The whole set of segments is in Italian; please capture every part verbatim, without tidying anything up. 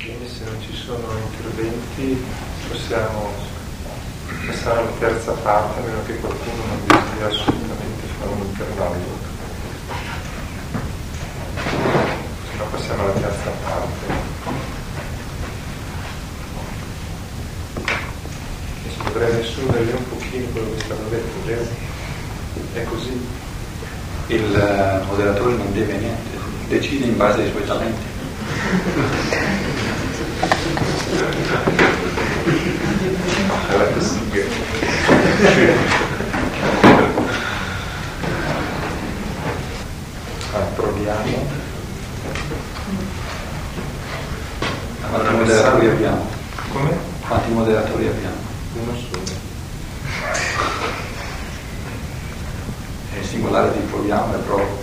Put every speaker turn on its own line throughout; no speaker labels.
Quindi se non ci sono interventi possiamo passare alla terza parte, a meno che qualcuno non desideri assolutamente fare un intervallo. Se no passiamo alla terza parte. E si dovrebbe riassumere un pochino quello che è stato detto, vero? È così.
Il moderatore non deve niente, decide in base ai suoi talenti.
Ah, proviamo.
Quanti moderatori abbiamo?
Come?
Quanti moderatori abbiamo?
Uno solo.
È il singolare di proviamo e provo.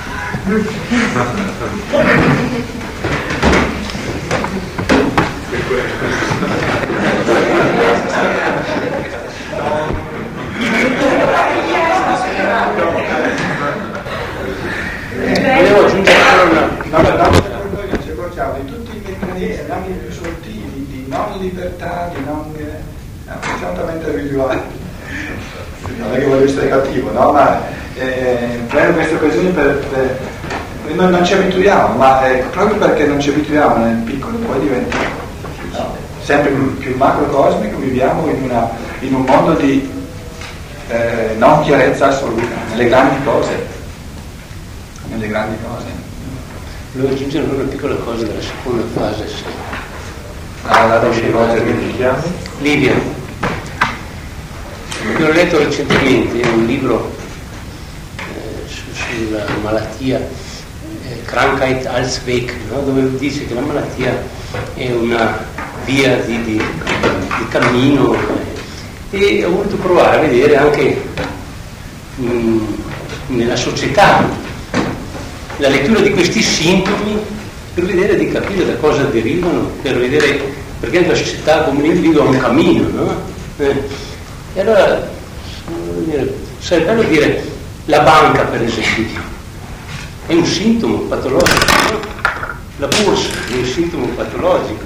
Volevo aggiungere una no, no, noi ci accorgiamo di tutti i meccanismi anche più sottili di non libertà, di non assolutamente rituali. Non è che voglio essere cattivo, no? Ma eh, prendo queste occasioni per, per non, non ci abituiamo, ma eh, proprio perché non ci abituiamo nel piccolo poi diventa no? Sempre più, più macrocosmico, viviamo in, una, in un mondo di eh, non chiarezza assoluta, nelle grandi cose, nelle grandi cose.
Volevo aggiungere una piccola cosa della seconda fase.
Ah, la devi rivolgermi, ti chiami?
Livia. Io ho letto recentemente un libro eh, su, sulla malattia eh, Krankheit als Weg, no? Dove dice che la malattia è una via di, di, di cammino eh, e ho voluto provare a vedere anche mh, nella società la lettura di questi sintomi per vedere di capire da cosa derivano, per vedere perché anche la società come l'individuo ha un cammino, no? Eh, E allora sarebbe bello dire la banca, per esempio, è un sintomo patologico, no? La borsa è un sintomo patologico.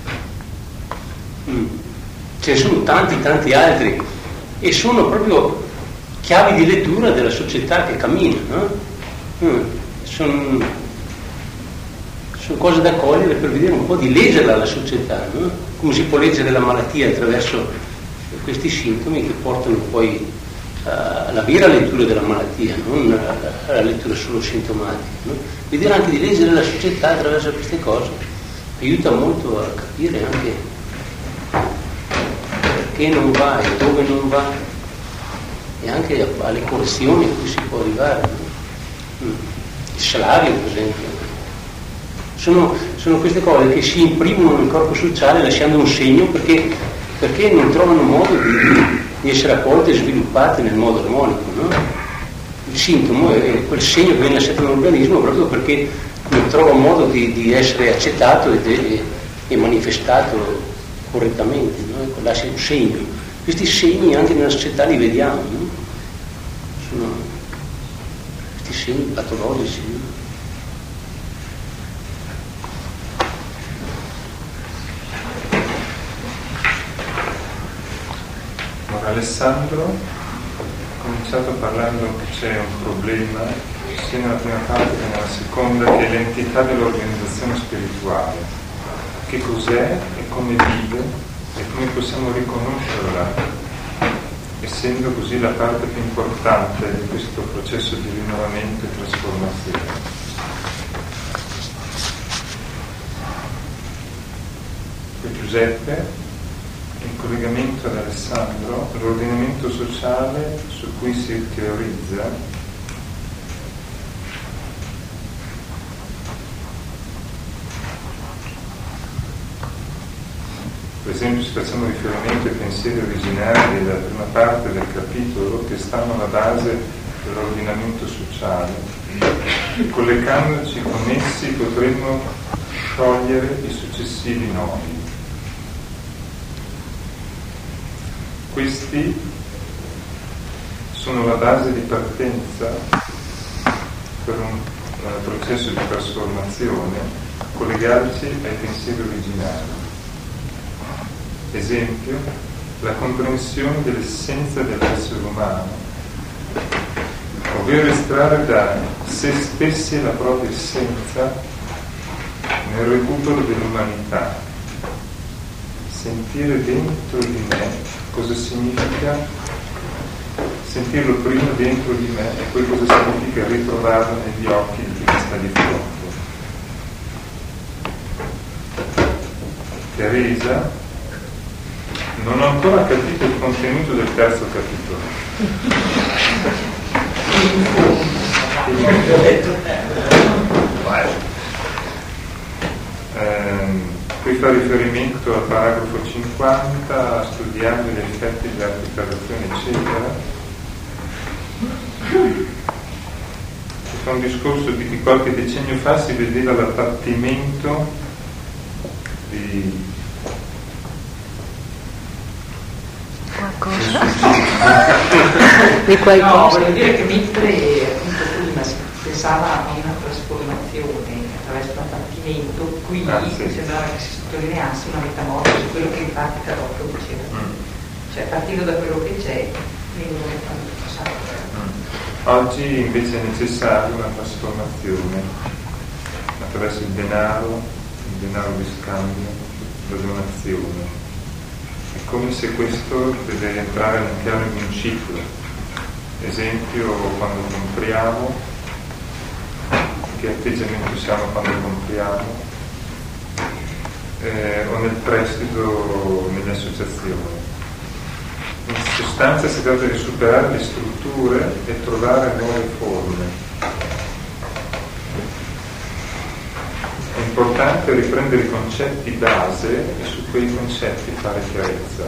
Mm. Ce ne sono tanti, tanti altri e sono proprio chiavi di lettura della società che cammina, no? Mm. Sono, sono cose da cogliere per vedere un po' di leggerla la società, no? Come si può leggere la malattia attraverso questi sintomi che portano poi alla vera lettura della malattia, non alla lettura solo sintomatica, no? Vedere anche di leggere la società attraverso queste cose aiuta molto a capire anche perché non va e dove non va e anche alle correzioni a cui si può arrivare, no? Il salario, per esempio, sono, sono queste cose che si imprimono nel corpo sociale lasciando un segno perché perché non trovano modo di, di essere accolte e sviluppate nel modo armonico, no? Il sintomo è quel segno che viene lasciato nell'organismo proprio perché non trova modo di, di essere accettato e, de, e manifestato correttamente, no? Lascia un segno. Questi segni anche nella società li vediamo, no? Sono questi segni patologici, no?
Alessandro ha cominciato parlando che c'è un problema sia nella prima parte che nella seconda, che è l'entità dell'organizzazione spirituale. Che cos'è e come vive e come possiamo riconoscerla, essendo così la parte più importante di questo processo di rinnovamento e trasformazione. E Giuseppe, in collegamento ad Alessandro, l'ordinamento sociale su cui si teorizza per esempio se facciamo riferimento ai pensieri originari della prima parte del capitolo che stanno alla base dell'ordinamento sociale, collegandoci con essi potremmo sciogliere i successivi nodi. Questi sono la base di partenza per un uh, processo di trasformazione collegarci ai pensieri originali. Esempio, la comprensione dell'essenza dell'essere umano, ovvero estrarre da se stessi la propria essenza nel recupero dell'umanità, sentire dentro di me cosa significa, sentirlo prima dentro di me e poi cosa significa ritrovarlo negli occhi di chi mi sta di fronte. Teresa non ho ancora capito il contenuto del terzo capitolo. Eh, qui fa riferimento al paragrafo cinquanta, studiando gli effetti dell'articolazione eccetera. C'è un discorso di, di qualche decennio fa, si vedeva l'abbattimento di
qualcosa di qualcosa.
No, voglio dire che mentre appunto prima si pensava a una trasformazione attraverso l'abbattimento, qui
ah, sì.
mi sembrava che si sottolineasse una metamorfosi, quello che infatti Cadocchio diceva. Mm. Cioè partendo da quello che c'è, vengono passare.
Oggi invece è necessaria una trasformazione attraverso il denaro, il denaro di scambio, la donazione. È come se questo deve entrare all'interno di un ciclo. Esempio, quando compriamo, che atteggiamento siamo quando compriamo, eh, o nel prestito, nelle associazioni. In sostanza si tratta di superare le strutture e trovare nuove forme. È importante riprendere i concetti base e su quei concetti fare chiarezza.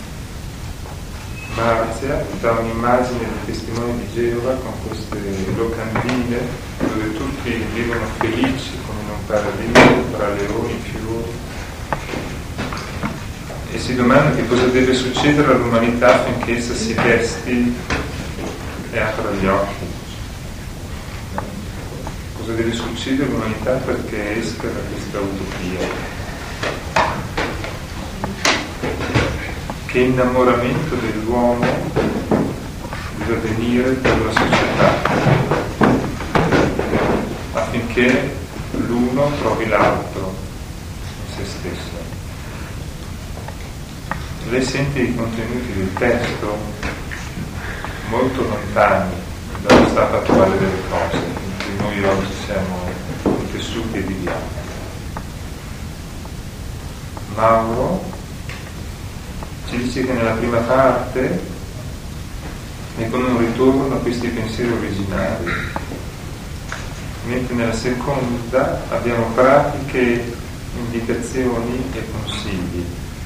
Marzia dà un'immagine dei testimoni di Geova con queste locandine dove tutti vivono felici come in un paradiso tra leoni e fiori. E si domanda che cosa deve succedere all'umanità affinché essa si desti e apra gli occhi. Cosa deve succedere all'umanità perché esca da questa utopia? Che innamoramento dell'uomo deve avvenire per la società affinché l'uno trovi l'altro in se stesso. Lei sente i contenuti del testo molto lontani dallo stato attuale delle cose in cui noi oggi siamo tessuti e viviamo. Mauro ci dice che nella prima parte è come un ritorno a questi pensieri originali, mentre nella seconda abbiamo pratiche, indicazioni e consigli.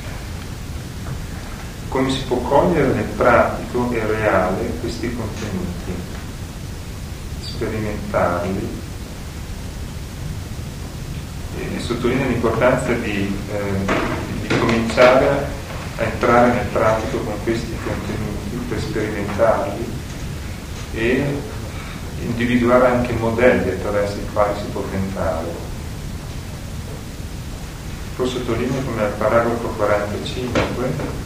Come si può cogliere nel pratico e reale questi contenuti, sperimentarli, e sottolinea l'importanza di, eh, di cominciare a entrare nel pratico con questi contenuti per sperimentarli e individuare anche modelli attraverso i quali si può tentare. Poi sottolinea come al paragrafo quarantacinque,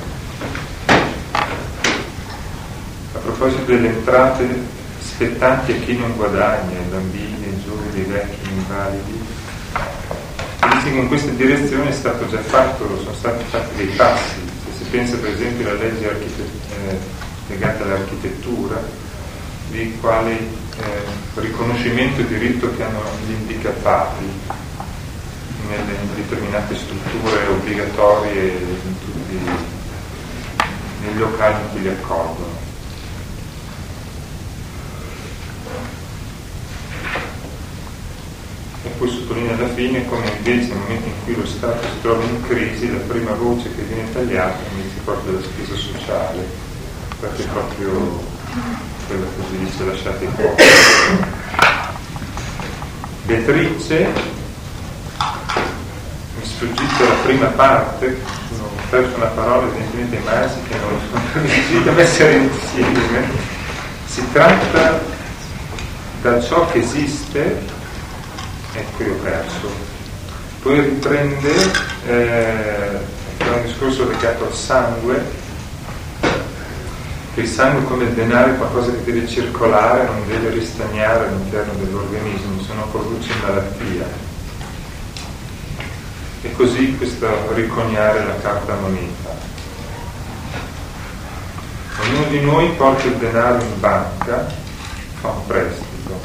a proposito delle entrate spettanti a chi non guadagna, ai bambini, ai giovani, ai vecchi, ai invalidi, dice che in questa direzione è stato già fatto, sono stati fatti dei passi. Se si pensa per esempio alla legge architet- eh, legata all'architettura, di quale eh, riconoscimento e diritto che hanno gli handicapati nelle in determinate strutture obbligatorie in tutti, nei locali in cui li accolgono. E poi sottolinea alla fine come invece nel momento in cui lo Stato si trova in crisi la prima voce che viene tagliata è invece proprio la spesa sociale, perché è proprio quella che si dice lasciate fuori. Beatrice, mi sfuggita la prima parte, ho perso una parola evidentemente magica, non sono riuscito a mettere insieme. Si tratta da ciò che esiste. Ecco, io ho perso. Poi riprende eh, un discorso legato al sangue, che il sangue come il denaro è qualcosa che deve circolare, non deve ristagnare all'interno dell'organismo, se no produce malattia. E così questo riconiare la carta moneta. Ognuno di noi porta il denaro in banca, fa un prestito.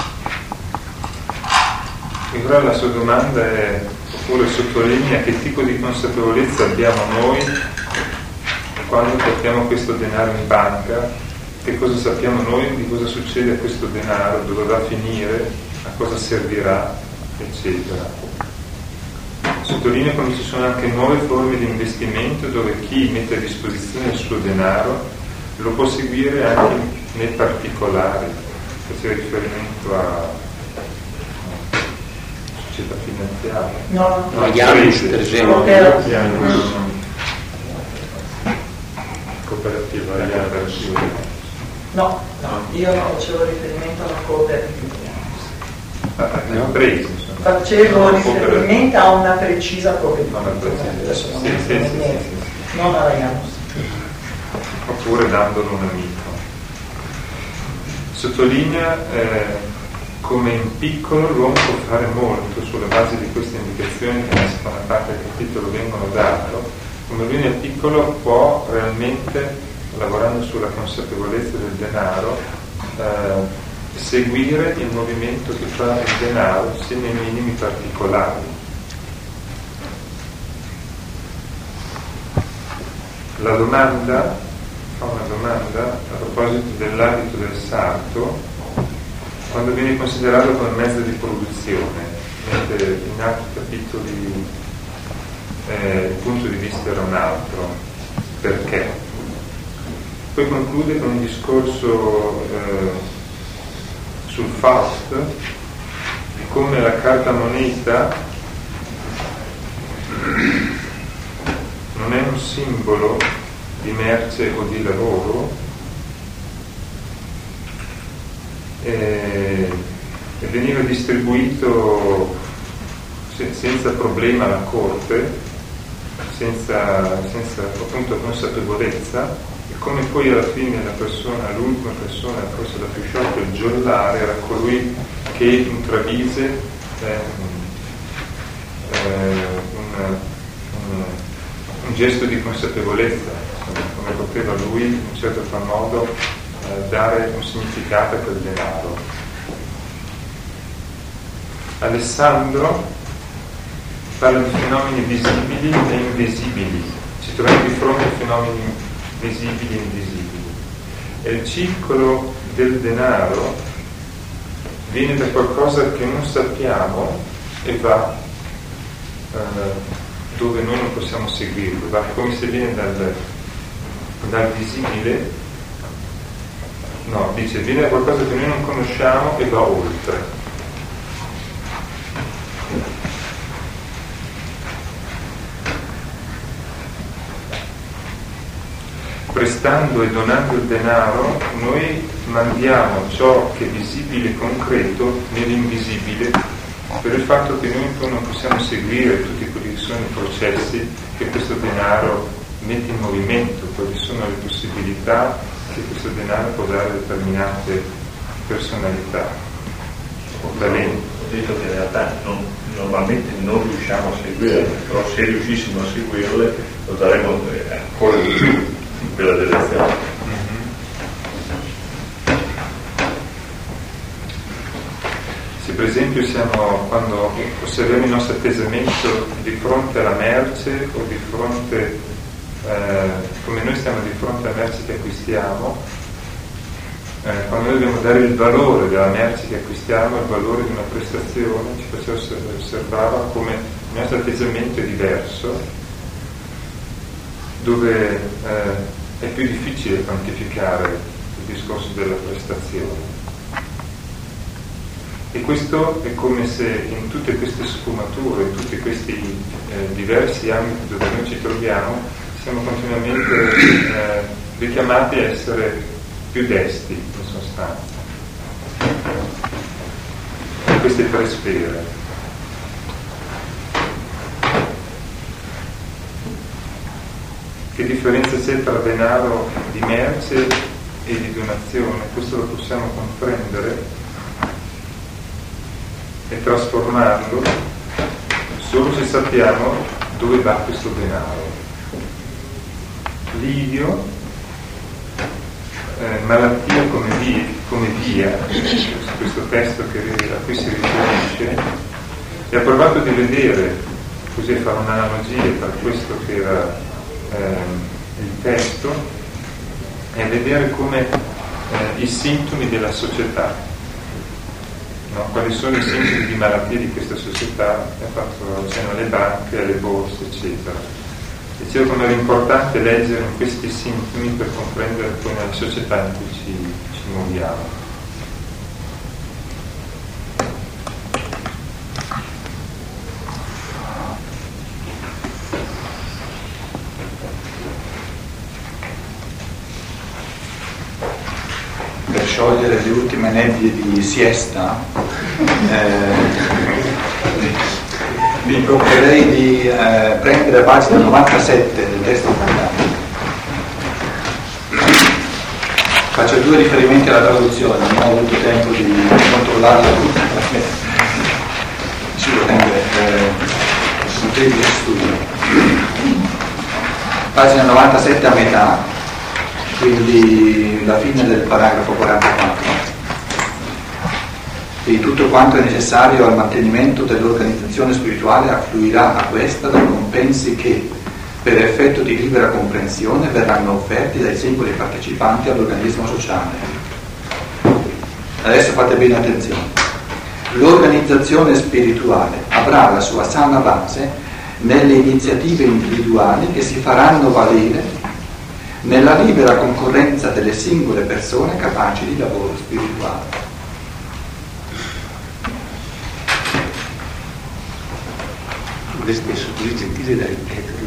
E ora la sua domanda è, oppure sottolinea, che tipo di consapevolezza abbiamo noi quando portiamo questo denaro in banca, che cosa sappiamo noi di cosa succede a questo denaro, dove va a finire, a cosa servirà, eccetera. Sottolinea come ci sono anche nuove forme di investimento dove chi mette a disposizione il suo denaro lo può seguire anche nei particolari. Faceva riferimento a società finanziaria.
No,
no, Janus per esempio.
Janus. Cooperativa Janus.
No, no, io non facevo riferimento alla cooperativa.
Ne ho preso,
facevo riferimento a una precisa cooperativa.
Non
adesso non
sì,
mi
sì,
viene
sì,
niente.
sì, sì.
Non alla Janus.
Oppure dandolo un amico. Sottolinea eh, come in piccolo l'uomo può fare molto sulla base di queste indicazioni che nella seconda parte del capitolo vengono date, come lui nel piccolo può realmente, lavorando sulla consapevolezza del denaro, eh, seguire il movimento che fa il denaro sia nei minimi particolari. La domanda, fa una domanda a proposito dell'abito del sarto, quando viene considerato come mezzo di produzione, mentre in altri capitoli eh, il punto di vista era un altro. Perché? Poi conclude con un discorso eh, sul Faust, di come la carta moneta non è un simbolo di merce o di lavoro, e, e veniva distribuito se, senza problema alla corte, senza, senza appunto consapevolezza. E come poi alla fine la persona, l'ultima persona, forse la più sciolta, il giollare, era colui che intravise eh, eh, una, una, un gesto di consapevolezza, come poteva lui in un certo qual modo eh, dare un significato a quel denaro. Alessandro parla di fenomeni visibili e invisibili. Ci troviamo di fronte a fenomeni visibili e invisibili, e il circolo del denaro viene da qualcosa che non sappiamo e va eh, dove noi non possiamo seguirlo, va come se viene dal, dal visibile, no, dice viene da qualcosa che noi non conosciamo e va oltre. Prestando e donando il denaro, noi mandiamo ciò che è visibile e concreto nell'invisibile, per il fatto che noi poi non possiamo seguire tutti quelli che sono i processi che questo denaro mette in movimento, quali sono le possibilità che questo denaro può dare a determinate personalità o talenti.
Ho detto che in realtà non, normalmente non riusciamo a seguirle, però se riuscissimo a seguirle lo daremo ancora di più in quella direzione.
Mm-hmm. Se per esempio siamo, quando osserviamo il nostro atteggiamento di fronte alla merce o di fronte, eh, come noi stiamo di fronte alla merce che acquistiamo, eh, quando noi dobbiamo dare il valore della merce che acquistiamo, il valore di una prestazione, ci faceva osservare come il nostro atteggiamento è diverso, dove eh, è più difficile quantificare il discorso della prestazione. E questo è come se in tutte queste sfumature, in tutti questi eh, diversi ambiti dove noi ci troviamo, siamo continuamente eh, richiamati a essere più desti, in sostanza, in queste tre sfere. che differenza c'è tra denaro di merce e di donazione? Questo lo possiamo comprendere e trasformarlo solo se sappiamo dove va questo denaro. Livio, eh, malattia come via, come via, questo testo che, a cui si riferisce, e ha provato di vedere, così fare un'analogia tra questo che era eh, il testo e vedere come eh, i sintomi della società, no? Quali sono i sintomi di malattia di questa società, ha fatto cenno alle banche, alle borse, eccetera. Dicevo come era importante leggere questi sintomi per comprendere poi nella società in cui ci, ci muoviamo.
Per sciogliere le ultime nebbie di siesta, eh, vi proporrei di eh, prendere la pagina novantasette del testo italiano. Faccio due riferimenti alla traduzione, non ho avuto tempo di controllarla tutta, ci vorrebbe eh, un tempo di studio. Pagina novantasette a metà, quindi la fine del paragrafo quarantaquattro. E tutto quanto è necessario al mantenimento dell'organizzazione spirituale affluirà a questa dai compensi che, per effetto di libera comprensione, verranno offerti dai singoli partecipanti all'organismo sociale. Adesso fate bene attenzione. L'organizzazione spirituale avrà la sua sana base nelle iniziative individuali che si faranno valere nella libera concorrenza delle singole persone capaci di lavoro spirituale.
Questo è così gentile da ripeterlo.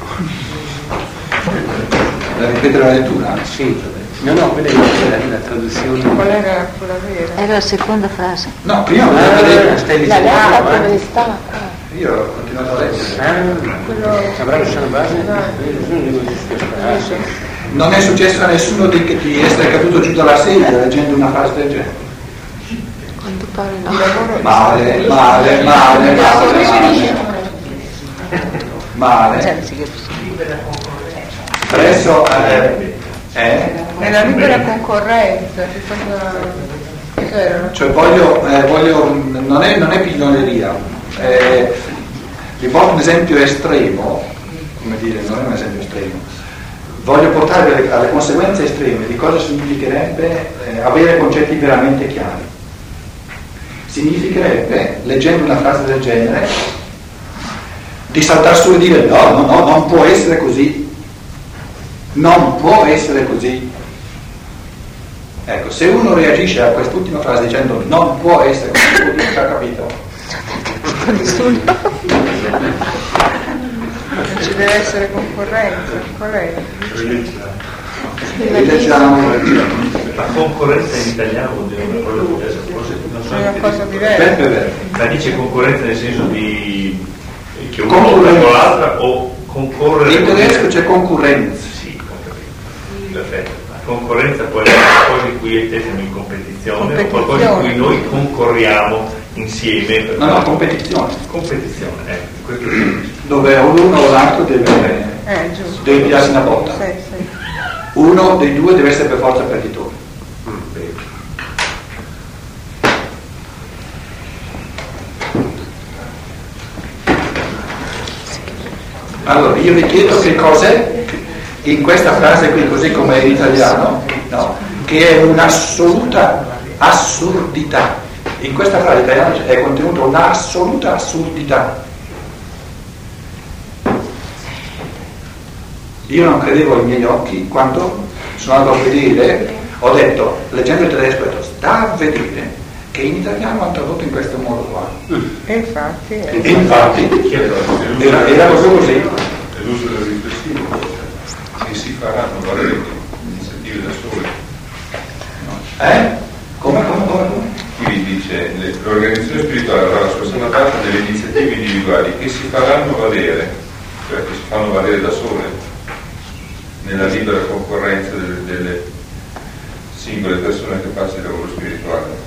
Da ripetere la lettura?
Sì, no, no, quella è la, la traduzione.
Qual era quella vera?
Era la seconda frase.
No, prima
Ah,
volevo
stai
La
dicendo.
lettera
Ah,
dove sta?
io ho continuato a leggere.
ah, avrà lasciato base?
Non è successo a nessuno di, di essere caduto giù dalla sedia leggendo una frase del genere.
Quando parlo
Male, male, male, male, male. Male. Presso eh, eh,
Nella libera concorrenza, che cosa cos'era?
cioè voglio, eh, voglio non è, non è pignoleria, eh, vi porto un esempio estremo, come dire, non è un esempio estremo, voglio portare alle, alle conseguenze estreme di cosa significherebbe eh, avere concetti veramente chiari. Significherebbe, leggendo una frase del genere, di saltare su e dire no, no, no, non può essere così, non può essere così. Ecco, se uno reagisce a quest'ultima frase dicendo non può essere così, vuol dire che ha capito.
Ci deve essere concorrenza, qual è?
Leggiamo.
La concorrenza in italiano vuol dire una cosa diversa, forse non so.
È una cosa diversa.
Beh, beh, beh.
Ma dice concorrenza nel senso di che uno
Concorrenza.
con l'altra o concorrere?
In tedesco c'è concorrenza.
Sì, ho capito. Perfetto. La concorrenza può essere qualcosa in cui siamo in competizione, o qualcosa in cui noi concorriamo insieme. Per
No, no, competizione.
Competizione, ecco, questo sì.
Dove uno o l'altro deve,
Eh, giusto.
deve pigliarsi una botta.
Sì, sì.
Uno dei due deve essere per forza perditore.
Mm, bene.
Allora, io vi chiedo che cos'è in questa frase qui, così come è in italiano, no? Che è un'assoluta assurdità. In questa frase italiana è contenuta un'assoluta assurdità. Io non credevo ai miei occhi quando sono andato a vedere, ho detto, leggendo il tedesco, ho detto, sta a vedere che in italiano hanno tradotto in questo modo qua.
E infatti è.
E infatti era, era proprio così.
È l'uso del riflessivo che si faranno valere iniziative da sole.
Eh? Come, come, come? come?
Qui dice le- l'organizzazione spirituale avrà la sua sana base delle iniziative individuali che si faranno valere, cioè che si fanno valere da sole. nella libera concorrenza delle, delle singole persone capaci di lavoro spirituale.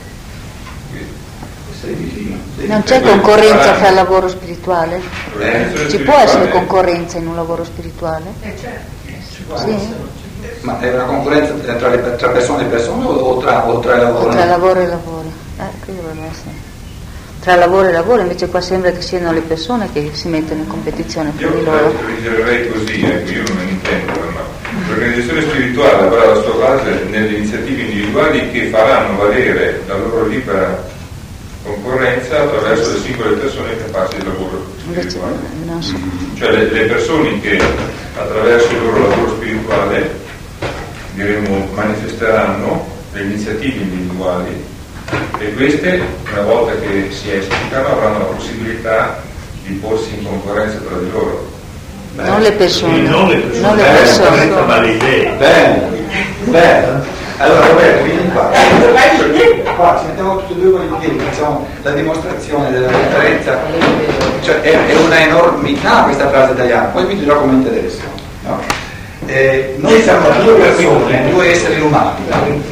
Non c'è concorrenza fra lavoro spirituale?
Eh,
Ci può essere concorrenza in un lavoro spirituale?
Eh certo.
Sì.
Ma è una concorrenza tra, le, tra persone e persone o tra, o tra lavoro?
O tra lavoro e lavoro. Eh, credo deve essere. Tra lavoro e lavoro, invece qua sembra che siano le persone che si mettono in competizione fra
io
di loro.
leggerei così, ecco, io non intendo, ma l'organizzazione spirituale avrà la sua base nelle iniziative individuali che faranno valere la loro libera concorrenza attraverso le singole persone capaci di lavoro spirituale.
Non so.
Cioè le, le persone che attraverso il loro lavoro spirituale, diremo, manifesteranno le iniziative individuali, e queste, una volta che si esplicano, avranno la possibilità di porsi in concorrenza tra di loro.
Beh,
Non le persone.
non le persone,
Non le
eh,
persone.
ma le idee.
Bene, bene. Allora Roberto, vieni qua. Qua ci mettiamo tutti e due con i piedi, facciamo la dimostrazione della differenza. Cioè è, è una enormità questa frase italiana, poi vi dirò come in tedesco. No? Eh, noi siamo due persone, due esseri umani,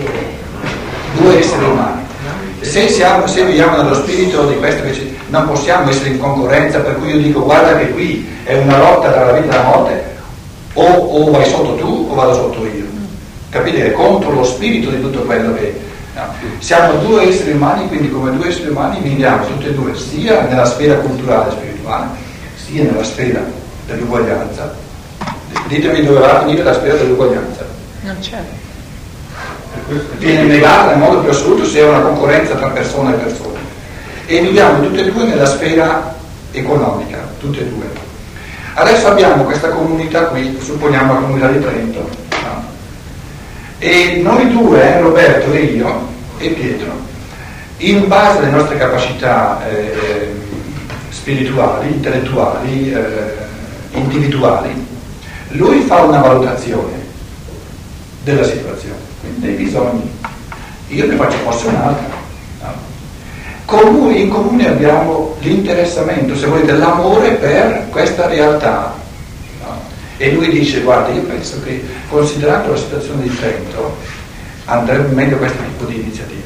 due esseri umani. Se, siamo, se viviamo nello spirito di questo che ci, non possiamo essere in concorrenza, per cui io dico guarda che qui è una lotta tra la vita e la morte, o, o vai sotto tu o vado sotto io. Capite? È contro lo spirito di tutto quello che... No. Siamo due esseri umani, quindi come due esseri umani viviamo tutti e due, sia nella sfera culturale e spirituale, sia nella sfera dell'uguaglianza. Ditemi dove va a finire la sfera dell'uguaglianza.
Non c'è.
Viene negata nel modo più assoluto se è una concorrenza tra persone e persone. E viviamo tutti e due nella sfera economica, tutti e due. Adesso abbiamo questa comunità qui, supponiamo la comunità di Trento, no? E noi due, Roberto e io e Pietro, in base alle nostre capacità eh, spirituali, intellettuali, eh, individuali, lui fa una valutazione della situazione, quindi dei bisogni, io ne faccio forse un'altra. No? Comune, in comune abbiamo l'interessamento, se volete, l'amore per questa realtà. No? E lui dice, guarda, io penso che, considerando la situazione di Trento, andrebbe meglio questo tipo di iniziativa.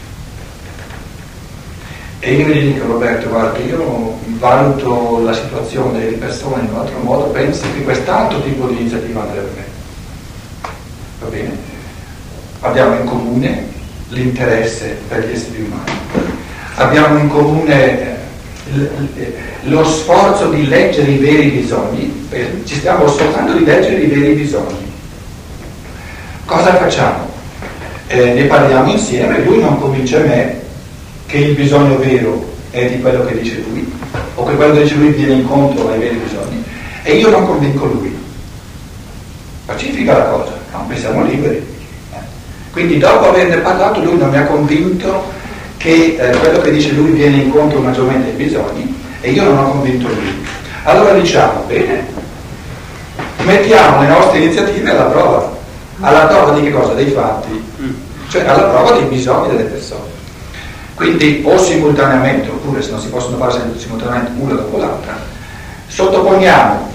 E io gli dico, Roberto, guarda, io valuto la situazione delle persone in un altro modo, penso che quest'altro tipo di iniziativa andrebbe meglio. Va bene? Abbiamo in comune l'interesse per gli esseri umani, abbiamo in comune lo sforzo di leggere i veri bisogni, ci stiamo sforzando di leggere i veri bisogni. Cosa facciamo? Eh, ne parliamo insieme, lui non convince me che il bisogno vero è di quello che dice lui, o che quello che dice lui viene incontro ai veri bisogni, e io non convinco lui. Pacifica la cosa, no? Siamo liberi. Eh. Quindi dopo averne parlato lui non mi ha convinto che eh, quello che dice lui viene incontro maggiormente ai bisogni, e io non ho convinto lui. Allora diciamo, bene, mettiamo le nostre iniziative alla prova. Alla prova di che cosa? Dei fatti, cioè alla prova dei bisogni delle persone. Quindi o simultaneamente, oppure se non si possono fare simultaneamente una dopo l'altra, sottoponiamo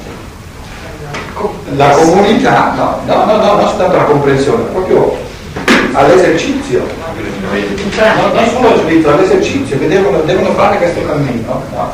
la comunità, no, no, no, no, non soltanto la comprensione, proprio all'esercizio, no, non solo al giudizio, all'esercizio, che devono, devono fare questo cammino, no?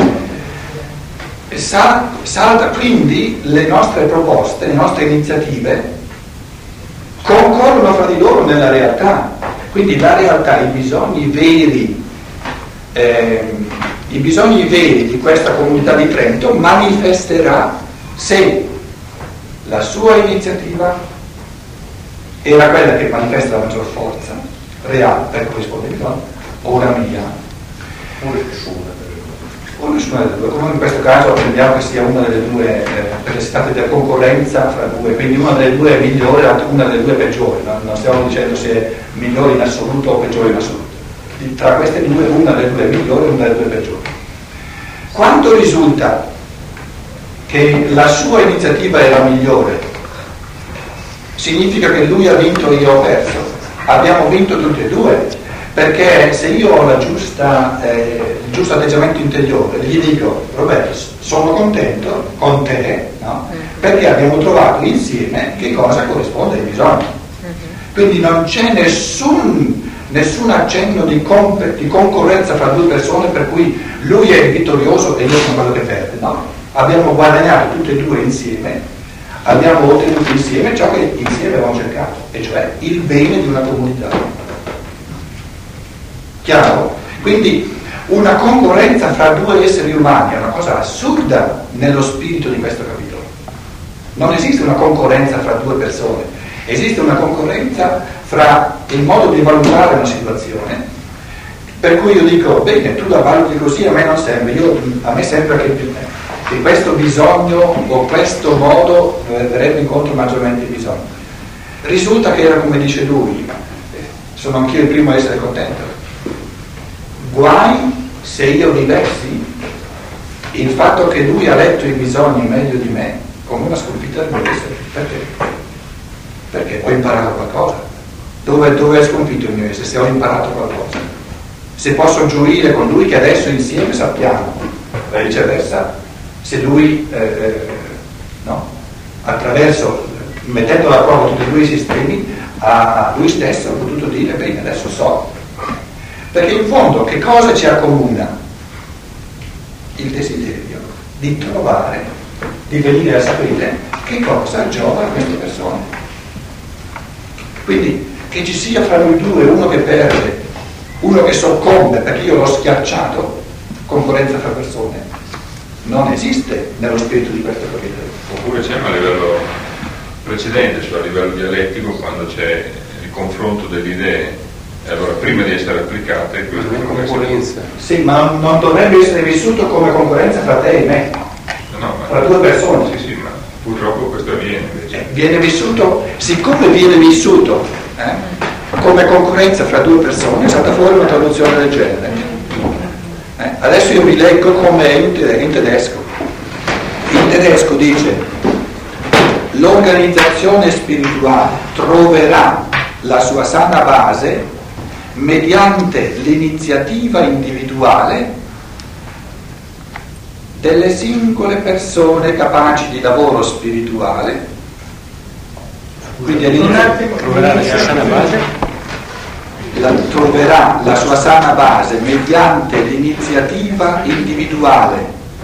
Sa, salta quindi le nostre proposte, le nostre iniziative concorrono fra di loro nella realtà, quindi la realtà, i bisogni veri, eh, i bisogni veri di questa comunità di Trento manifesterà se la sua iniziativa era quella che manifesta la maggior forza reale per corrispondere ai bisogni, o la mia,
o nessuna.
o nessuna delle due. Comunque in questo caso prendiamo che sia una delle due, eh, perché si tratta della concorrenza fra due, quindi una delle due è migliore, una delle due è peggiore, no? Non stiamo dicendo se è migliore in assoluto o peggiore in assoluto. Tra queste due una delle due è migliore e una delle due è peggiore. Quando risulta che la sua iniziativa era migliore, significa che lui ha vinto e io ho perso. Abbiamo vinto tutti e due, perché se io ho la giusta, eh, il giusto atteggiamento interiore, gli dico, Roberto, sono contento con te, no? no? Perché abbiamo trovato insieme che cosa corrisponde ai bisogni. Quindi non c'è nessun, nessun accenno di, comp- di concorrenza fra due persone per cui lui è il vittorioso e io sono quello che perde, no? Abbiamo guadagnato tutti e due insieme, abbiamo ottenuto insieme ciò che insieme avevamo cercato, e cioè il bene di una comunità. Chiaro? Quindi una concorrenza fra due esseri umani è una cosa assurda nello spirito di questo capitolo. Non esiste una concorrenza fra due persone, esiste una concorrenza fra il modo di valutare una situazione, per cui io dico, bene, tu la valuti così, a me non sembra, io, a me sembra che, che questo bisogno o questo modo verrebbe incontro maggiormente ai bisogni. Risulta che era come dice lui, sono anch'io il primo a essere contento. Guai se io vivessi il fatto che lui ha letto i bisogni meglio di me come una sconfitta del mio essere. Perché? Perché ho imparato qualcosa. Dove, dove è sconfitto il mio essere? Se ho imparato qualcosa. Se posso gioire con lui che adesso insieme sappiamo, e viceversa, se lui, eh, eh, no, attraverso, mettendo d'accordo tutti e due i sistemi, a, a lui stesso ha potuto dire, bene, adesso so. Perché in fondo che cosa ci accomuna? Il desiderio di trovare, di venire a sapere che cosa giova a queste persone. Quindi che ci sia fra noi due uno che perde, uno che soccombe perché io l'ho schiacciato, concorrenza fra persone, non esiste nello spirito di questo capitolo.
Oppure c'è ma a livello precedente, cioè a livello dialettico, quando c'è il confronto delle idee. E allora prima di essere applicate questo è
concorrenza.
Sì, ma non, non dovrebbe essere vissuto come concorrenza fra te e me,
no, ma
fra due persone.
Sì, sì, ma purtroppo questo avviene invece.
Eh, viene vissuto, siccome viene vissuto eh, come concorrenza fra due persone, è stata fuori una traduzione del genere. Eh, adesso io vi leggo come è in, in tedesco. In tedesco dice: l'organizzazione spirituale troverà la sua sana base mediante l'iniziativa individuale delle singole persone capaci di lavoro spirituale. Quindi all'inizio
troverà la sua sana base
la, troverà la sua sana base mediante l'iniziativa individuale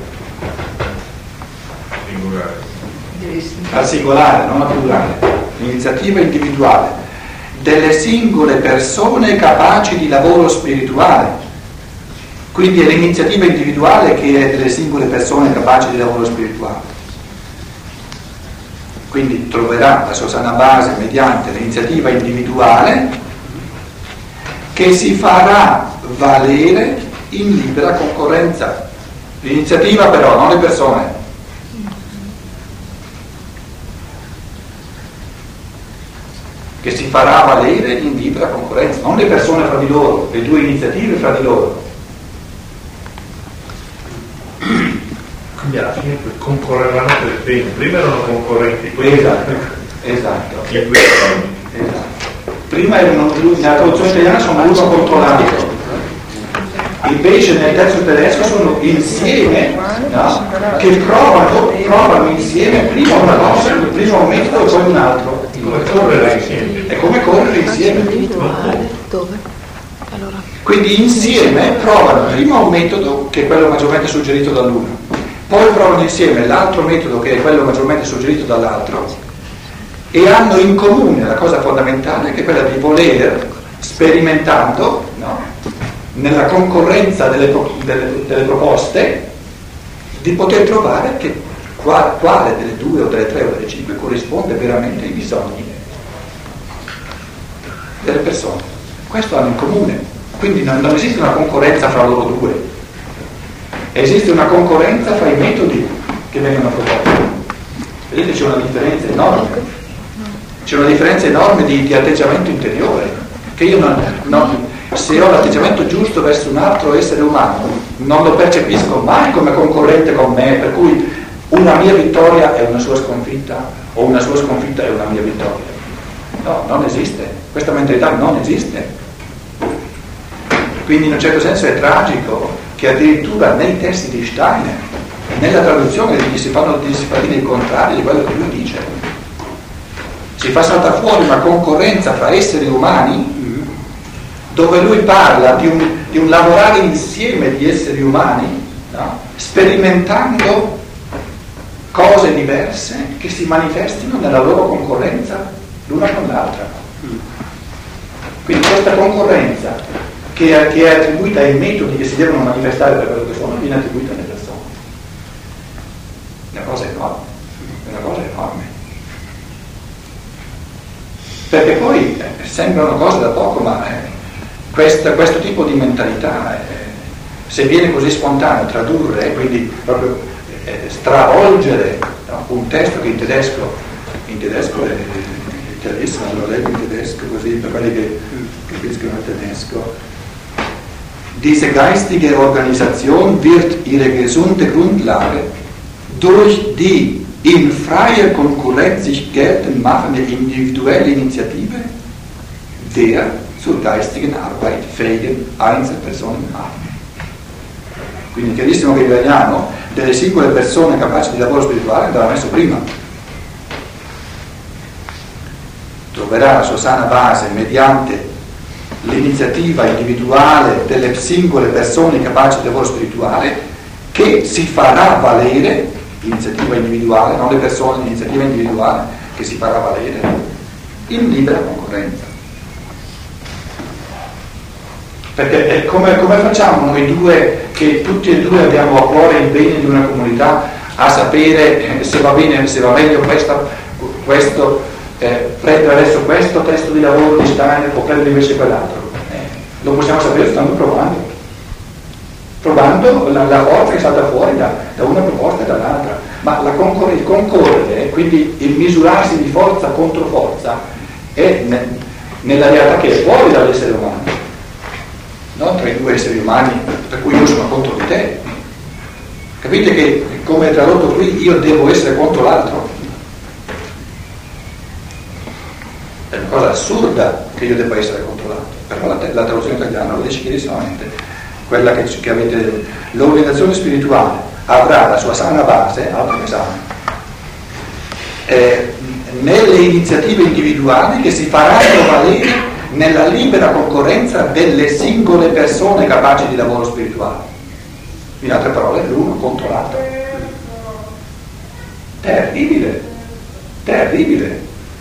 Singolare.
al singolare, non al plurale, l'iniziativa individuale delle singole persone capaci di lavoro spirituale. Quindi è l'iniziativa individuale che è delle singole persone capaci di lavoro spirituale. Quindi troverà la sua sana base mediante l'iniziativa individuale che si farà valere in libera concorrenza. L'iniziativa però, non le persone. Che si farà valere in libera concorrenza, non le persone fra di loro, le due iniziative fra di loro.
Quindi alla fine concorreranno per il bene, prima erano concorrenti.
Esatto, esatto.
I due
esatto. Prima erano, nella traduzione italiana sono uno contro l'altro, invece nel testo tedesco sono insieme, no? Che provano, provano insieme prima una cosa, prima un metodo e poi un altro.
come correre insieme.
È come correre insieme.
Individuale. Dove? Allora.
Quindi insieme provano prima un metodo che è quello maggiormente suggerito dall'uno, poi provano insieme l'altro metodo che è quello maggiormente suggerito dall'altro e hanno in comune la cosa fondamentale che è quella di voler, sperimentando, no, nella concorrenza delle, delle, delle proposte, di poter trovare che quale, quale delle due o delle tre o delle cinque corrisponde veramente ai bisogni delle persone. Questo hanno in comune, quindi non, non esiste una concorrenza fra loro due, esiste una concorrenza fra i metodi che vengono proposti. Vedete, c'è una differenza enorme, c'è una differenza enorme di, di atteggiamento interiore, che io non, non, se ho l'atteggiamento giusto verso un altro essere umano, non lo percepisco mai come concorrente con me, per cui una mia vittoria è una sua sconfitta o una sua sconfitta è una mia vittoria. No, non esiste, questa mentalità non esiste. Quindi in un certo senso è tragico che addirittura nei testi di Steiner nella traduzione si fanno si fa dire il contrario di quello che lui dice. Si fa saltare fuori una concorrenza fra esseri umani, dove lui parla di un, di un lavorare insieme di esseri umani, no? Sperimentando cose diverse che si manifestino nella loro concorrenza l'una con l'altra. Quindi questa concorrenza che è, che è attribuita ai metodi che si devono manifestare per quello che sono, viene attribuita alle persone. È una cosa enorme, è una cosa enorme. Perché poi eh, sembrano cose da poco, ma eh, questa, questo tipo di mentalità, eh, se viene così spontaneo, tradurre, quindi proprio eh, stravolgere, no? Un testo che in tedesco, in tedesco è chiarissimo, lo leggo in tedesco così per quelli che capiscono il tedesco. Diese geistige Organisation wird ihre gesunde Grundlage durch die in freier Konkurrenz sich geltend machende individuelle Initiative der zur geistigen Arbeit fähigen Einzelpersonen haben. Quindi chiarissimo che in italiano delle singole persone capaci di lavoro spirituale andava messo prima. Troverà la sua sana base mediante l'iniziativa individuale delle singole persone capaci di lavoro spirituale che si farà valere, l'iniziativa individuale, non le persone, l'iniziativa individuale che si farà valere in libera concorrenza. Perché come, come facciamo noi due, che tutti e due abbiamo a cuore il bene di una comunità, a sapere se va bene, se va meglio questa, questo, eh, prendere adesso questo testo di lavoro di Steiner o prendere invece quell'altro? Eh, lo possiamo sapere stando provando. Provando la, la forza che salta fuori da, da una proposta e dall'altra. Ma la concor- il concorrere, quindi il misurarsi di forza contro forza, è ne, nella realtà che è fuori dall'essere umano. Non tra i due esseri umani, per cui io sono contro di te. Capite che, come è tradotto qui, io devo essere contro l'altro? È una cosa assurda che io debba essere contro l'altro. Però la, la traduzione italiana lo dice chiarissimamente. Quella che, che avete, l'organizzazione spirituale avrà la sua sana base, altro esame, eh, nelle iniziative individuali che si faranno valere nella libera concorrenza delle singole persone capaci di lavoro spirituale. In altre parole, l'uno contro l'altro. Terribile, terribile.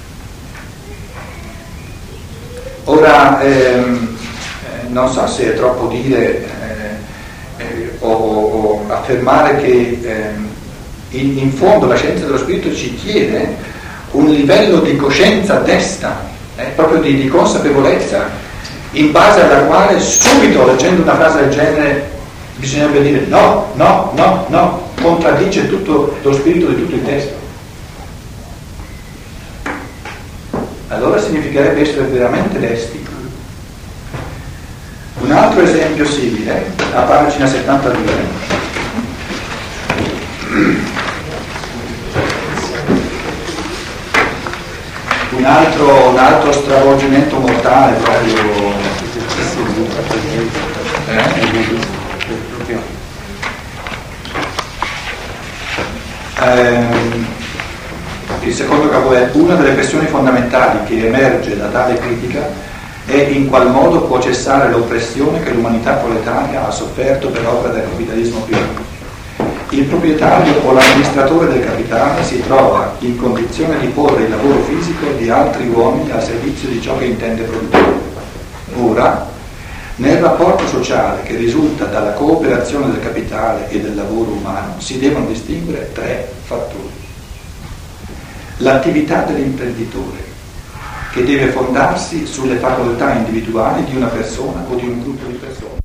Ora, ehm, eh, non so se è troppo dire eh, eh, o, o affermare che ehm, in, in fondo la scienza dello spirito ci chiede un livello di coscienza testa, Eh, proprio di, di consapevolezza, in base alla quale subito, leggendo una frase del genere, bisognerebbe dire no, no, no, no, contraddice tutto lo spirito di tutto il testo. Allora significherebbe essere veramente lesti. Un altro esempio simile, a pagina settantadue. Un altro, un altro stravolgimento mortale proprio eh? ehm, il secondo capo è: una delle questioni fondamentali che emerge da tale critica è in qual modo può cessare l'oppressione che l'umanità proletaria ha sofferto per opera del capitalismo privato. Il proprietario o l'amministratore del capitale si trova in condizione di porre il lavoro fisico di altri uomini al servizio di ciò che intende produrre. Ora, nel rapporto sociale che risulta dalla cooperazione del capitale e del lavoro umano si devono distinguere tre fattori. L'attività dell'imprenditore, che deve fondarsi sulle facoltà individuali di una persona o di un gruppo di persone.